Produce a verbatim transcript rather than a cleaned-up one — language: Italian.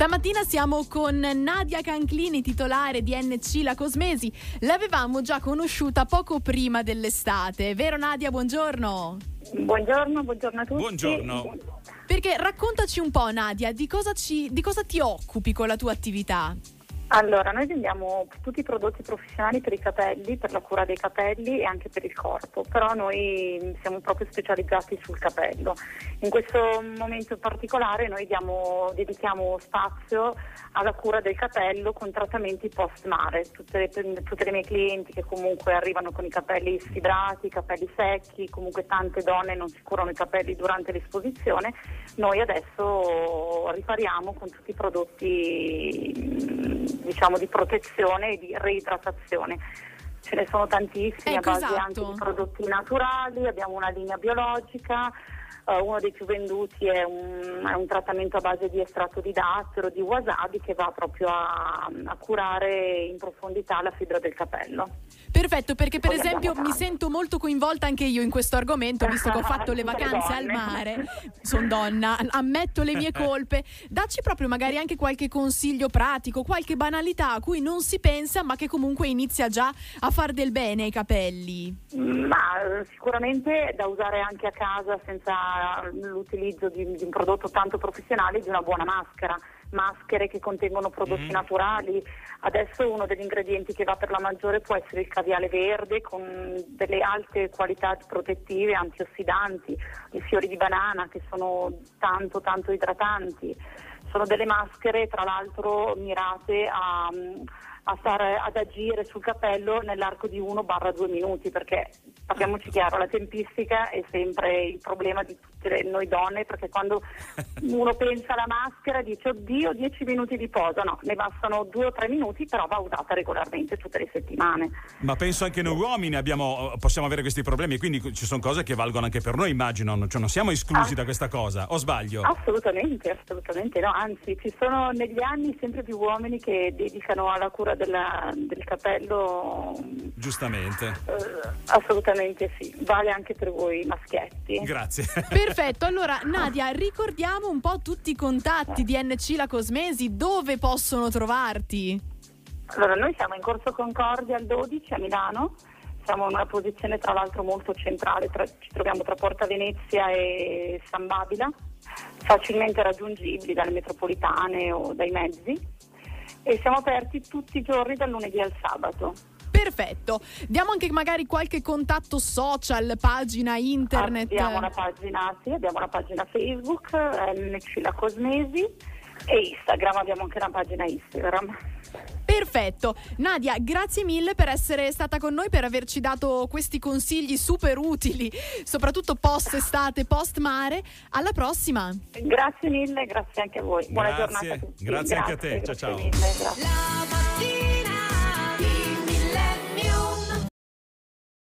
Stamattina siamo con Nadia Canclini, titolare di N C La Cosmesi. L'avevamo già conosciuta poco prima dell'estate, vero Nadia? Buongiorno. Buongiorno, buongiorno a tutti. Buongiorno. Perché raccontaci un po', Nadia, di cosa, ci, di cosa ti occupi con la tua attività? Allora, noi vendiamo tutti i prodotti professionali per i capelli, per la cura dei capelli e anche per il corpo, però noi siamo proprio specializzati sul capello. In questo momento in particolare noi diamo, dedichiamo spazio alla cura del capello con trattamenti post-mare. Tutte le, tutte le mie clienti che comunque arrivano con i capelli sfibrati, i capelli secchi, comunque tante donne non si curano i capelli durante l'esposizione, noi adesso ripariamo con tutti i prodotti diciamo di protezione e di reidratazione. Ce ne sono tantissimi, ecco, a base esatto. anche di prodotti naturali, abbiamo una linea biologica, uh, uno dei più venduti è un, è un trattamento a base di estratto di dattero, di wasabi, che va proprio a, a curare in profondità la fibra del capello. Perfetto, perché per Poi esempio mi sento molto coinvolta anche io in questo argomento, visto che ho fatto le vacanze al mare, sono donna, ammetto le mie colpe. Dacci proprio magari anche qualche consiglio pratico, qualche banalità a cui non si pensa ma che comunque inizia già a far del bene ai capelli. Ma sicuramente da usare anche a casa senza l'utilizzo di, di un prodotto tanto professionale, di una buona maschera. Maschere che contengono prodotti mm. naturali. Adesso uno degli ingredienti che va per la maggiore può essere il caviale verde con delle alte qualità protettive, antiossidanti, i fiori di banana che sono tanto tanto idratanti. Sono delle maschere tra l'altro mirate a, a stare ad agire sul capello nell'arco di uno barra due minuti, perché parliamoci chiaro, la tempistica è sempre il problema di tutte le, noi donne, perché quando uno pensa alla maschera dice oddio dieci minuti di posa, no, ne bastano due o tre minuti, però va usata regolarmente tutte le settimane. Ma penso anche noi uomini abbiamo, possiamo avere questi problemi, quindi ci sono cose che valgono anche per noi, immagino, cioè non siamo esclusi ah. da questa cosa, o sbaglio? Assolutamente, assolutamente no, anzi ci sono negli anni sempre più uomini che dedicano alla cura della, del capello. Giustamente. Uh, assolutamente sì, vale anche per voi maschietti. Grazie. Perfetto, allora Nadia, ricordiamo un po' tutti i contatti di N C La Cosmesi, dove possono trovarti? Allora, noi siamo in Corso Concordia al dodici a Milano, siamo in una posizione tra l'altro molto centrale, tra, ci troviamo tra Porta Venezia e San Babila, facilmente raggiungibili dalle metropolitane o dai mezzi, e siamo aperti tutti i giorni dal lunedì al sabato. Perfetto, diamo anche magari qualche contatto social, pagina internet. Abbiamo una pagina, sì, abbiamo una pagina Facebook, N C La Cosmesi, e Instagram, abbiamo anche una pagina Instagram. Perfetto, Nadia, grazie mille per essere stata con noi, per averci dato questi consigli super utili, soprattutto post estate, post mare. Alla prossima. Grazie mille, grazie anche a voi. Buona Grazie. giornata a tutti. Grazie, grazie anche a te. Ciao ciao. Mille,